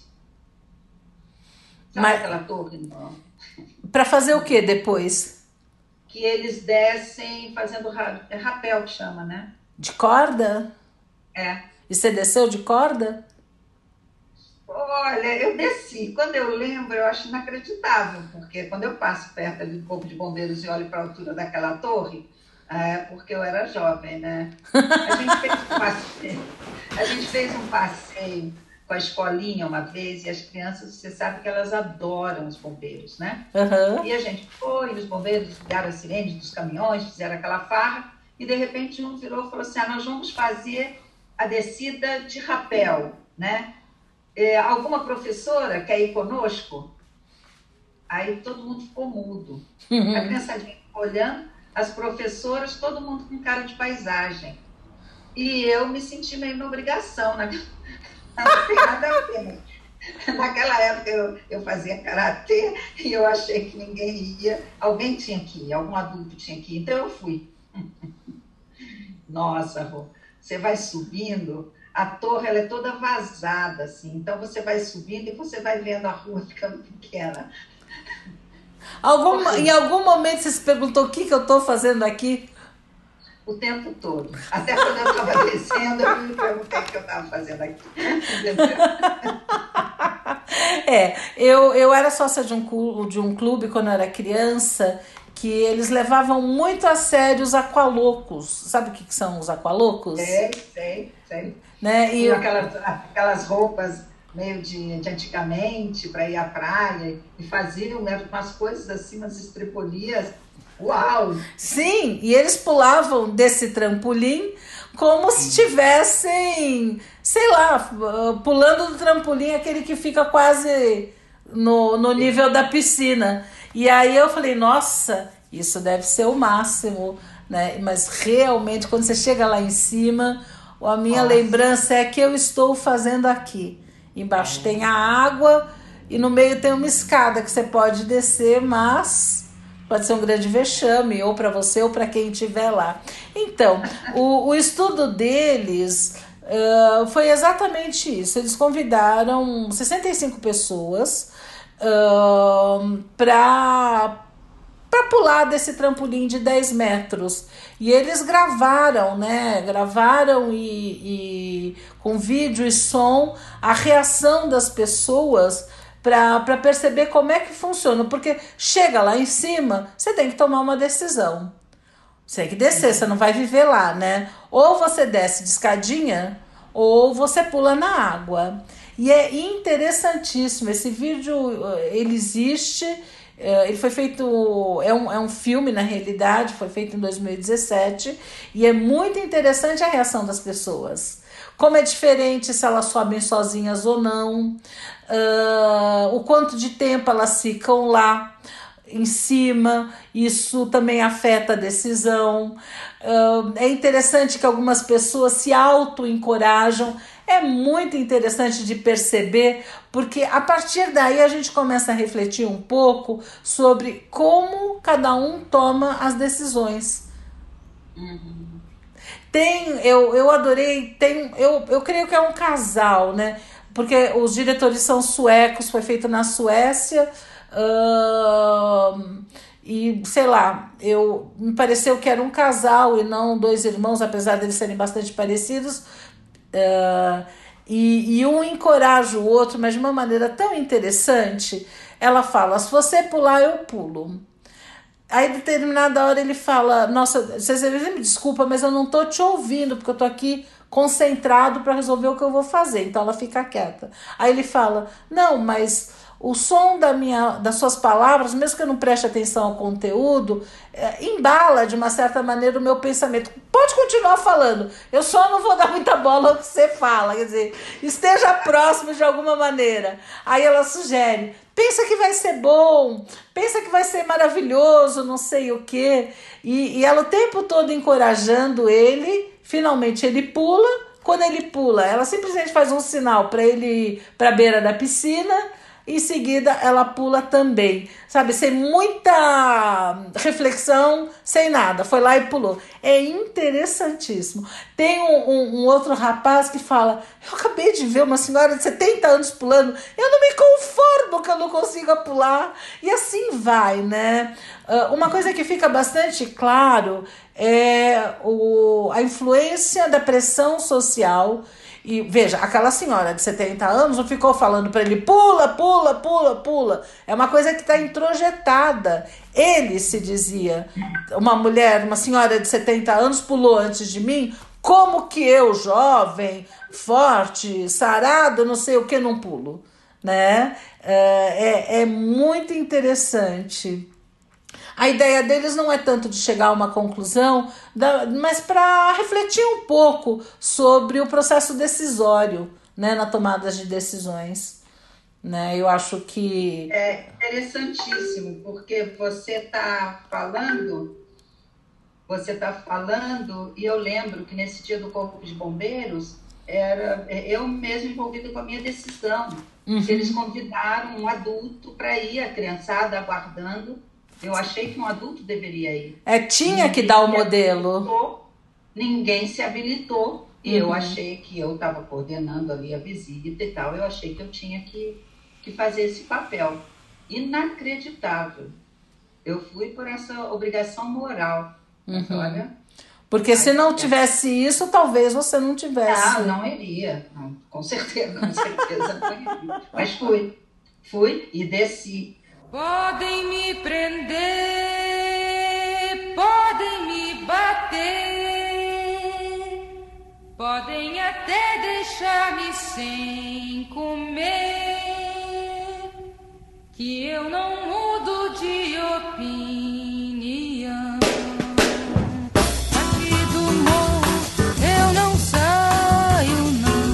[SPEAKER 2] Sabe aquela torre?
[SPEAKER 3] Para fazer o que depois?
[SPEAKER 2] Que eles descem fazendo rapel, que chama, né?
[SPEAKER 3] De corda?
[SPEAKER 2] É.
[SPEAKER 3] E você desceu de corda?
[SPEAKER 2] Olha, eu desci. Quando eu lembro, eu acho inacreditável, porque quando eu passo perto ali do Corpo de Bombeiros e olho para a altura daquela torre, porque eu era jovem, né? A gente fez um passeio com a escolinha uma vez, e as crianças, você sabe que elas adoram os bombeiros, né?
[SPEAKER 3] Uhum.
[SPEAKER 2] E a gente foi, os bombeiros ligaram as sirenes dos caminhões, fizeram aquela farra, e de repente um virou e falou assim, nós vamos fazer a descida de rapel, né? Alguma professora quer ir conosco? Aí todo mundo ficou mudo. A criançadinha ficou olhando, as professoras, todo mundo com cara de paisagem. E eu me senti meio na obrigação, né? Não tem nada a ver. Naquela época eu fazia karatê e eu achei que ninguém ia. Alguém tinha que ir, algum adulto tinha que ir, então eu fui. Nossa, Rô, você vai subindo, a torre ela é toda vazada, assim, então você vai subindo e você vai vendo a rua ficando pequena.
[SPEAKER 3] Em algum momento você se perguntou o que eu estou fazendo aqui?
[SPEAKER 2] O tempo todo. Até quando eu estava descendo, eu me perguntei o que eu estava fazendo aqui.
[SPEAKER 3] Eu era sócia de um clube quando eu era criança, que eles levavam muito a sério os aqualocos. Sabe o que são os aqualocos?
[SPEAKER 2] Sei.
[SPEAKER 3] Né?
[SPEAKER 2] E aquelas roupas meio de antigamente para ir à praia e faziam umas coisas assim, umas estripolias. Uau!
[SPEAKER 3] Sim, e eles pulavam desse trampolim como se estivessem, sei lá, pulando do trampolim, aquele que fica quase no nível da piscina. E aí eu falei, nossa, isso deve ser o máximo, né? Mas realmente, quando você chega lá em cima, a minha lembrança é que eu estou fazendo aqui. Embaixo tem a água e no meio tem uma escada que você pode descer, mas pode ser um grande vexame, ou para você ou para quem estiver lá. Então, o estudo deles foi exatamente isso. Eles convidaram 65 pessoas para pular desse trampolim de 10 metros. E eles gravaram, né? Gravaram e com vídeo e som a reação das pessoas para perceber como é que funciona. Porque chega lá em cima, você tem que tomar uma decisão. Você tem que descer, você não vai viver lá, né? Ou você desce de escadinha, ou você pula na água. E é interessantíssimo. Esse vídeo, ele existe. Ele foi feito, é um filme na realidade, foi feito em 2017, e é muito interessante a reação das pessoas. Como é diferente se elas sobem sozinhas ou não, o quanto de tempo elas ficam lá em cima, isso também afeta a decisão. É interessante que algumas pessoas se auto-encorajam. É muito interessante de perceber, porque a partir daí a gente começa a refletir um pouco sobre como cada um toma as decisões. Eu adorei, eu creio que é um casal, né? Porque os diretores são suecos, foi feito na Suécia, e sei lá, me pareceu que era um casal e não dois irmãos, apesar deles serem bastante parecidos. E um encoraja o outro, mas de uma maneira tão interessante. Ela fala, se você pular, eu pulo. Aí, em determinada hora, ele fala, nossa, você me desculpa, mas eu não tô te ouvindo, porque eu tô aqui concentrado para resolver o que eu vou fazer. Então ela fica quieta. Aí ele fala, não, mas o som das suas palavras, mesmo que eu não preste atenção ao conteúdo, embala de uma certa maneira o meu pensamento. Pode continuar falando, eu só não vou dar muita bola ao que você fala, quer dizer, esteja próximo de alguma maneira. Aí ela sugere, pensa que vai ser bom, pensa que vai ser maravilhoso, não sei o quê. E ela o tempo todo encorajando ele, finalmente ele pula. Quando ele pula, ela simplesmente faz um sinal para ele ir para a beira da piscina. em seguida ela pula também, sabe? Sem muita reflexão, sem nada, foi lá e pulou. É interessantíssimo. Tem um outro rapaz que fala: eu acabei de ver uma senhora de 70 anos pulando, eu não me conformo que eu não consiga pular. E assim vai, né? Uma coisa que fica bastante claro é a influência da pressão social. E veja, aquela senhora de 70 anos não ficou falando para ele: pula, pula, pula, pula. É uma coisa que está introjetada. Ele se dizia: uma senhora de 70 anos pulou antes de mim, como que eu, jovem, forte, sarado, não sei o que, não pulo, né? É muito interessante. A ideia deles não é tanto de chegar a uma conclusão, mas para refletir um pouco sobre o processo decisório, né, na tomada de decisões. Né? Eu acho que...
[SPEAKER 2] É interessantíssimo, porque você está falando, e eu lembro que nesse dia do Corpo de Bombeiros, era eu mesmo envolvida com a minha decisão. Eles convidaram um adulto para ir, a criançada aguardando. Eu achei que um adulto deveria ir.
[SPEAKER 3] Tinha que dar o modelo.
[SPEAKER 2] Ninguém se habilitou. E eu achei que eu estava coordenando ali a visita e tal. Eu achei que eu tinha que fazer esse papel. Inacreditável. Eu fui por essa obrigação moral. Olha,
[SPEAKER 3] porque se não tivesse isso, talvez você não tivesse.
[SPEAKER 2] Não iria. Não, com certeza não iria. Mas fui e desci.
[SPEAKER 5] Podem me prender, podem me bater, podem até deixar-me sem comer, que eu não mudo de opinião. Aqui do morro eu não saio, não.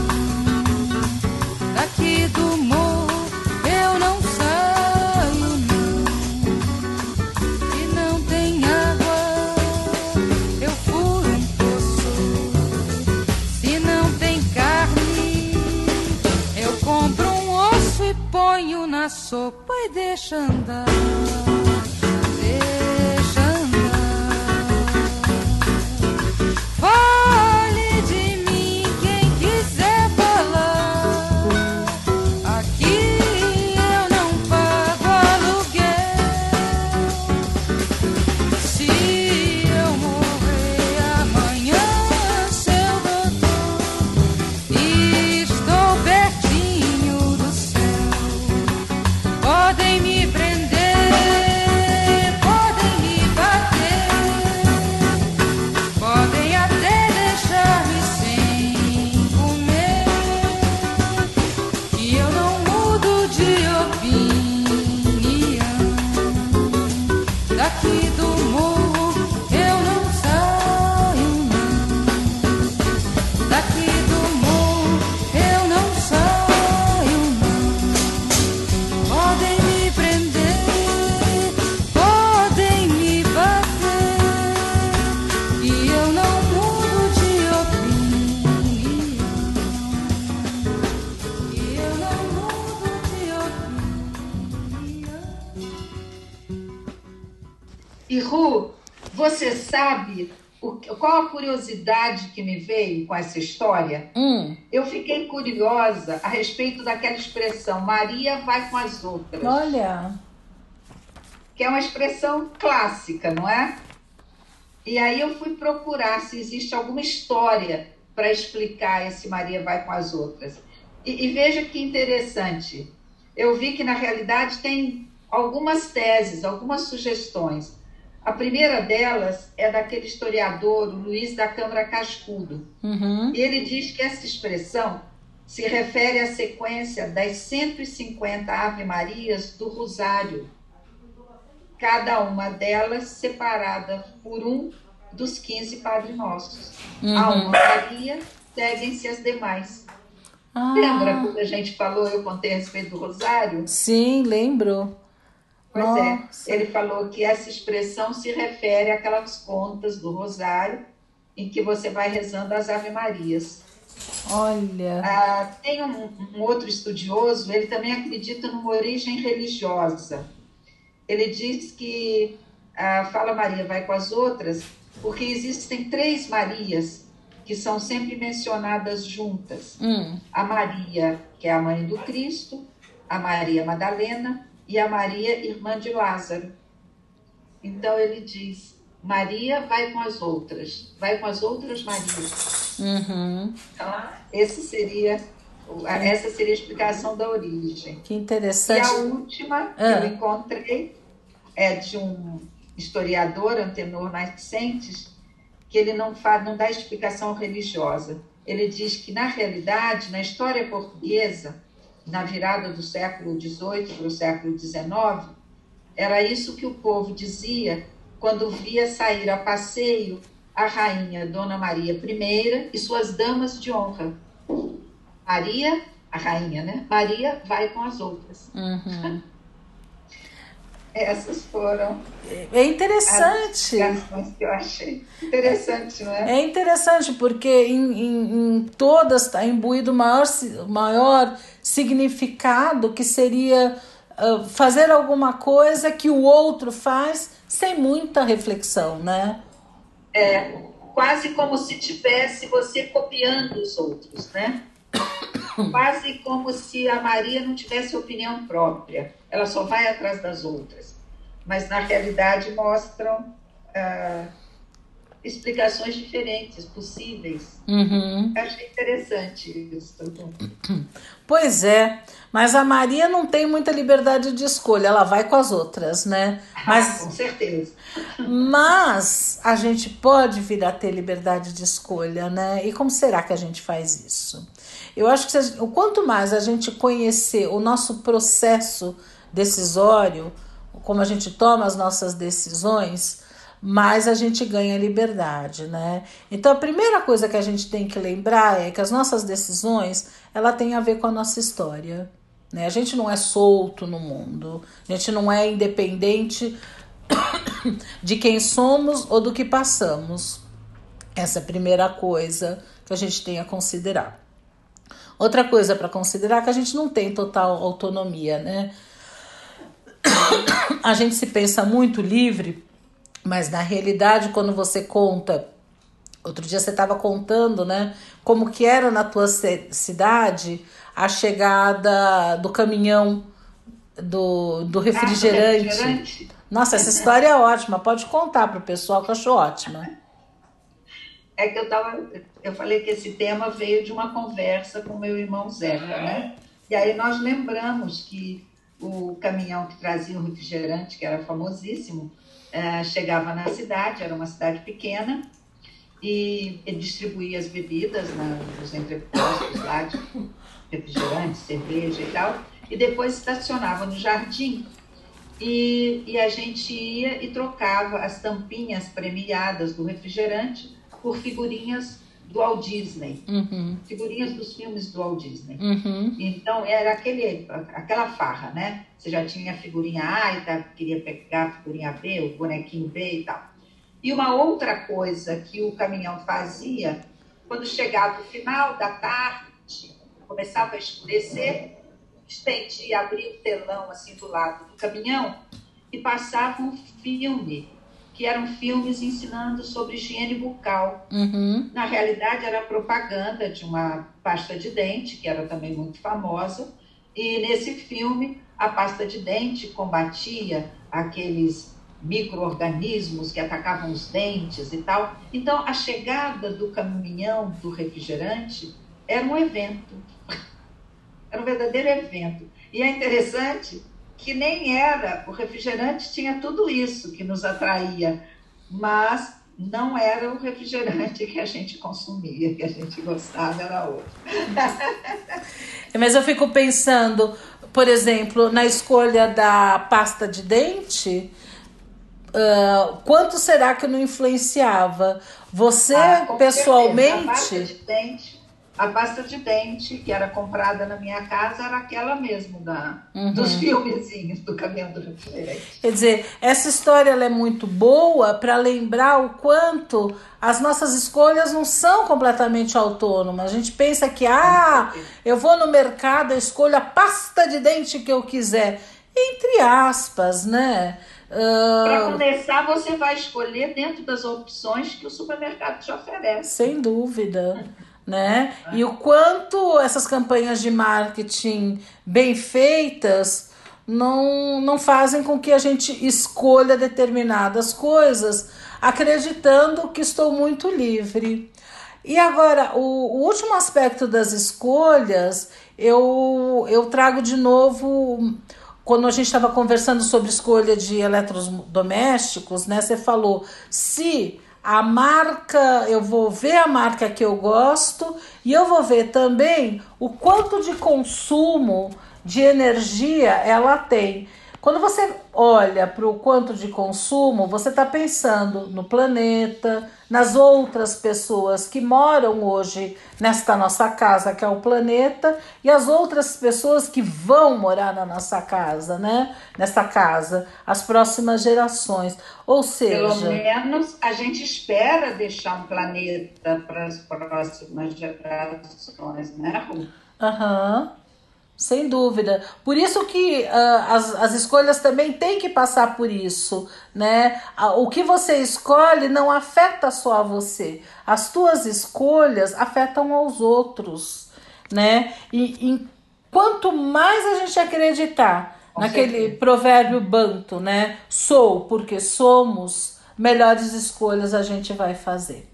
[SPEAKER 5] Daqui do morro eu não saio. Ponho na sopa e deixa andar, deixa andar. Fale de mim quem quiser falar. Aqui eu não pago aluguel. Se eu morrer amanhã, seu doutor, estou pertinho do céu. Podem me prender, podem me bater, podem até deixar-me sem comer, que eu não mudo de opinião. Daqui do morro eu não saio, não. Daqui do morro eu não saio, não. Podem me prender, podem me bater, e eu não mudo de opinião. E eu não mudo de opinião.
[SPEAKER 2] E Ru, você sabe qual a curiosidade que me veio com essa história? Eu fiquei curiosa a respeito daquela expressão Maria vai com as outras.
[SPEAKER 3] Olha.
[SPEAKER 2] Que é uma expressão clássica, não é? E aí eu fui procurar se existe alguma história para explicar esse Maria vai com as outras. E veja que interessante. Eu vi que, na realidade, tem algumas teses, algumas sugestões. A primeira delas é daquele historiador, o Luiz da Câmara Cascudo. E ele diz que essa expressão se refere à sequência das 150 Ave-Marias do Rosário, cada uma delas separada por um dos 15 Padre Nossos. A uma Maria, seguem-se as demais. Lembra quando a gente falou, eu contei a respeito do Rosário?
[SPEAKER 3] Sim, lembro.
[SPEAKER 2] Pois
[SPEAKER 3] Nossa.
[SPEAKER 2] Ele falou que essa expressão se refere àquelas contas do Rosário em que você vai rezando as Ave-Marias.
[SPEAKER 3] Olha.
[SPEAKER 2] Tem um outro estudioso, ele também acredita numa origem religiosa. Ele diz que a Fala Maria vai com as outras porque existem 3 Marias que são sempre mencionadas juntas. A Maria, que é a mãe do Cristo, a Maria Madalena e a Maria, irmã de Lázaro. Então ele diz, Maria vai com as outras Marias.
[SPEAKER 3] Uhum.
[SPEAKER 2] Então, essa seria a explicação da origem.
[SPEAKER 3] Que
[SPEAKER 2] E
[SPEAKER 3] interessante.
[SPEAKER 2] a última que eu encontrei é de um historiador, Antenor Nascentes, que ele não dá explicação religiosa. Ele diz que, na realidade, na história portuguesa, na virada do século XVIII para o século XIX, era isso que o povo dizia quando via sair a passeio a rainha Dona Maria I e suas damas de honra. Maria, a rainha, né? Maria vai com as outras.
[SPEAKER 3] Uhum.
[SPEAKER 2] Essas foram
[SPEAKER 3] É interessante.
[SPEAKER 2] as explicações que eu achei. Interessante, não é?
[SPEAKER 3] É interessante porque em todas está imbuído o maior significado, que seria fazer alguma coisa que o outro faz sem muita reflexão, né?
[SPEAKER 2] Quase como se tivesse você copiando os outros, né? Quase como se a Maria não tivesse opinião própria. Ela só vai atrás das outras. Mas, na realidade, mostram explicações diferentes, possíveis.
[SPEAKER 3] Uhum.
[SPEAKER 2] Eu achei interessante isso.
[SPEAKER 3] Pois é, mas a Maria não tem muita liberdade de escolha, ela vai com as outras, né?
[SPEAKER 2] Com certeza.
[SPEAKER 3] Mas a gente pode vir a ter liberdade de escolha, né? E como será que a gente faz isso? Eu acho que quanto mais a gente conhecer o nosso processo decisório, como a gente toma as nossas decisões, mais a gente ganha liberdade, né? Então a primeira coisa que a gente tem que lembrar é que as nossas decisões, ela tem a ver com a nossa história, né? A gente não é solto no mundo, a gente não é independente de quem somos ou do que passamos. Essa é a primeira coisa que a gente tem a considerar. Outra coisa para considerar é que a gente não tem total autonomia, né? A gente se pensa muito livre, mas na realidade, quando você conta... Outro dia você estava contando, né? Como que era na tua cidade a chegada do caminhão do refrigerante. Nossa, essa história é ótima. Pode contar para o pessoal, que eu acho ótima.
[SPEAKER 2] É que eu falei que esse tema veio de uma conversa com meu irmão Zeca, né? E aí nós lembramos que o caminhão que trazia o refrigerante, que era famosíssimo, chegava na cidade, era uma cidade pequena, e distribuía as bebidas nos entrepostos lá de refrigerante, cerveja e tal, e depois estacionava no jardim, e a gente ia e trocava as tampinhas premiadas do refrigerante por figurinhas do Walt Disney, figurinhas dos filmes do Walt Disney. Então era aquela farra, né? Você já tinha a figurinha A e queria pegar a figurinha B, o bonequinho B e tal. E uma outra coisa que o caminhão fazia, quando chegava o final da tarde, começava a escurecer, estendia, abria o telão assim do lado do caminhão e passava um filme, que eram filmes ensinando sobre higiene bucal. Na realidade, era propaganda de uma pasta de dente, que era também muito famosa, e nesse filme a pasta de dente combatia aqueles micro-organismos que atacavam os dentes e tal. Então, a chegada do caminhão do refrigerante era um evento, era um verdadeiro evento. E é interessante que nem era, o refrigerante tinha tudo isso que nos atraía, mas não era o refrigerante que a gente consumia, que a gente gostava, era outro.
[SPEAKER 3] Mas eu fico pensando, por exemplo, na escolha da pasta de dente, quanto será que não influenciava? Você, pessoalmente...
[SPEAKER 2] A pasta de dente A pasta de dente que era comprada na minha casa era aquela mesmo dos filmezinhos do Caminhão do Refrigerante.
[SPEAKER 3] Quer dizer, essa história ela é muito boa para lembrar o quanto as nossas escolhas não são completamente autônomas. A gente pensa que, eu vou no mercado, eu escolho a pasta de dente que eu quiser. Entre aspas, né?
[SPEAKER 2] Para começar, você vai escolher dentro das opções que o supermercado te oferece.
[SPEAKER 3] Sem dúvida. Né? E o quanto essas campanhas de marketing bem feitas não fazem com que a gente escolha determinadas coisas acreditando que estou muito livre. E agora, o último aspecto das escolhas, eu trago de novo, quando a gente estava conversando sobre escolha de eletrodomésticos, né? Você falou, se a marca, eu vou ver a marca que eu gosto e eu vou ver também o quanto de consumo de energia ela tem. Quando você olha para o quanto de consumo, você está pensando no planeta, nas outras pessoas que moram hoje nesta nossa casa, que é o planeta, e as outras pessoas que vão morar na nossa casa, né? Nessa casa, as próximas gerações. Ou seja...
[SPEAKER 2] Pelo menos a gente espera deixar um planeta para as próximas gerações, né, Ru?
[SPEAKER 3] Sem dúvida. Por isso que as escolhas também têm que passar por isso, né? O que você escolhe não afeta só a você. As tuas escolhas afetam aos outros, né? E quanto mais a gente acreditar naquele provérbio banto, né? Sou porque somos, melhores escolhas a gente vai fazer.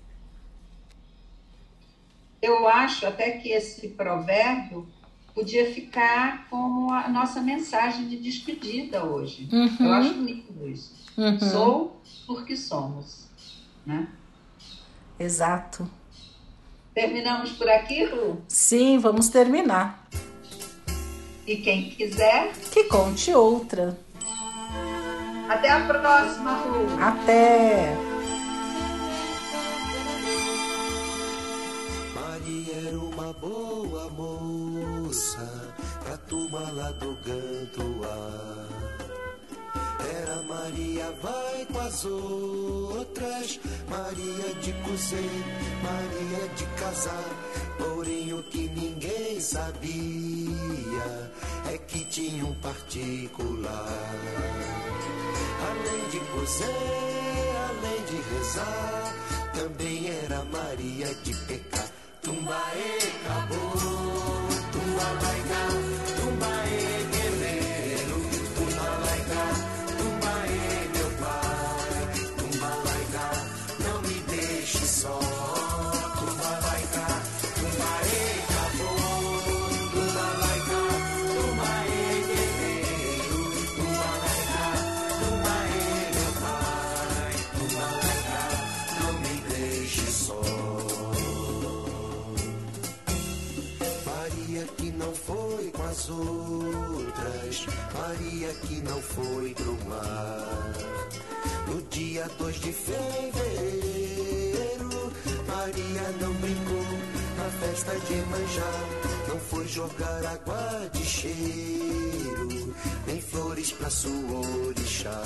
[SPEAKER 2] Eu acho até que esse provérbio podia ficar como a nossa mensagem de despedida hoje. Eu acho lindo isso. Sou porque somos. Né?
[SPEAKER 3] Exato.
[SPEAKER 2] Terminamos por aqui, Ru?
[SPEAKER 3] Sim, vamos terminar.
[SPEAKER 2] E quem quiser...
[SPEAKER 3] que conte outra.
[SPEAKER 2] Até a próxima, Ru.
[SPEAKER 3] Até!
[SPEAKER 6] Maria era uma boa moça, pra turma lá do Gantoá. Era Maria vai com as outras, Maria de cozer, Maria de casar. Porém o que ninguém sabia é que tinha um particular. Além de cozer, além de rezar, também era Maria de pecar. Tumbaê, acabou, tumbalaica, tumbaê, guerreiro, tumbalaica, tumbaê, meu pai, tumbalaica, não me deixe só, tumbalaica, tumbaê, acabou, tumbalaica, tumbaê, guerreiro, tumbalaica, tumbaê, meu pai, tumbalaica, não me deixe só. Maria que não foi com as outras, Maria que não foi pro mar. No dia 2 de fevereiro, Maria não brincou na festa de Iemanjá. Não foi jogar água de cheiro, nem flores pra sua orixá.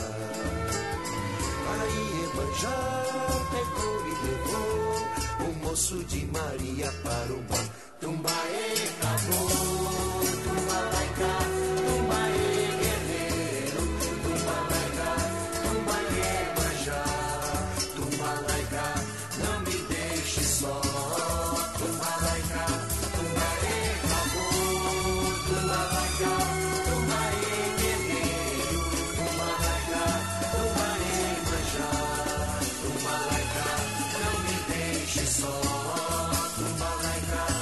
[SPEAKER 6] Aí Iemanjá pegou e levou o moço de Maria para o mar. Tumbaê, acabou, tumbalaica, tumbaê, guerreiro, tumbalaica, tumbaê, manjá, tumbalaica, não me deixe só, tumbalaica, tumbaê, acabou, tumbalaica, tumbaê, guerreiro, tumbalaica, tumbaê, manjá, tumbalaica, não me deixe só, tumbalaica.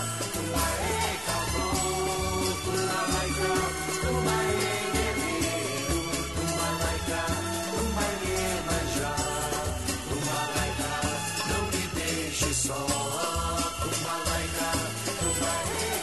[SPEAKER 6] Só, tumbalaica, tumbaê.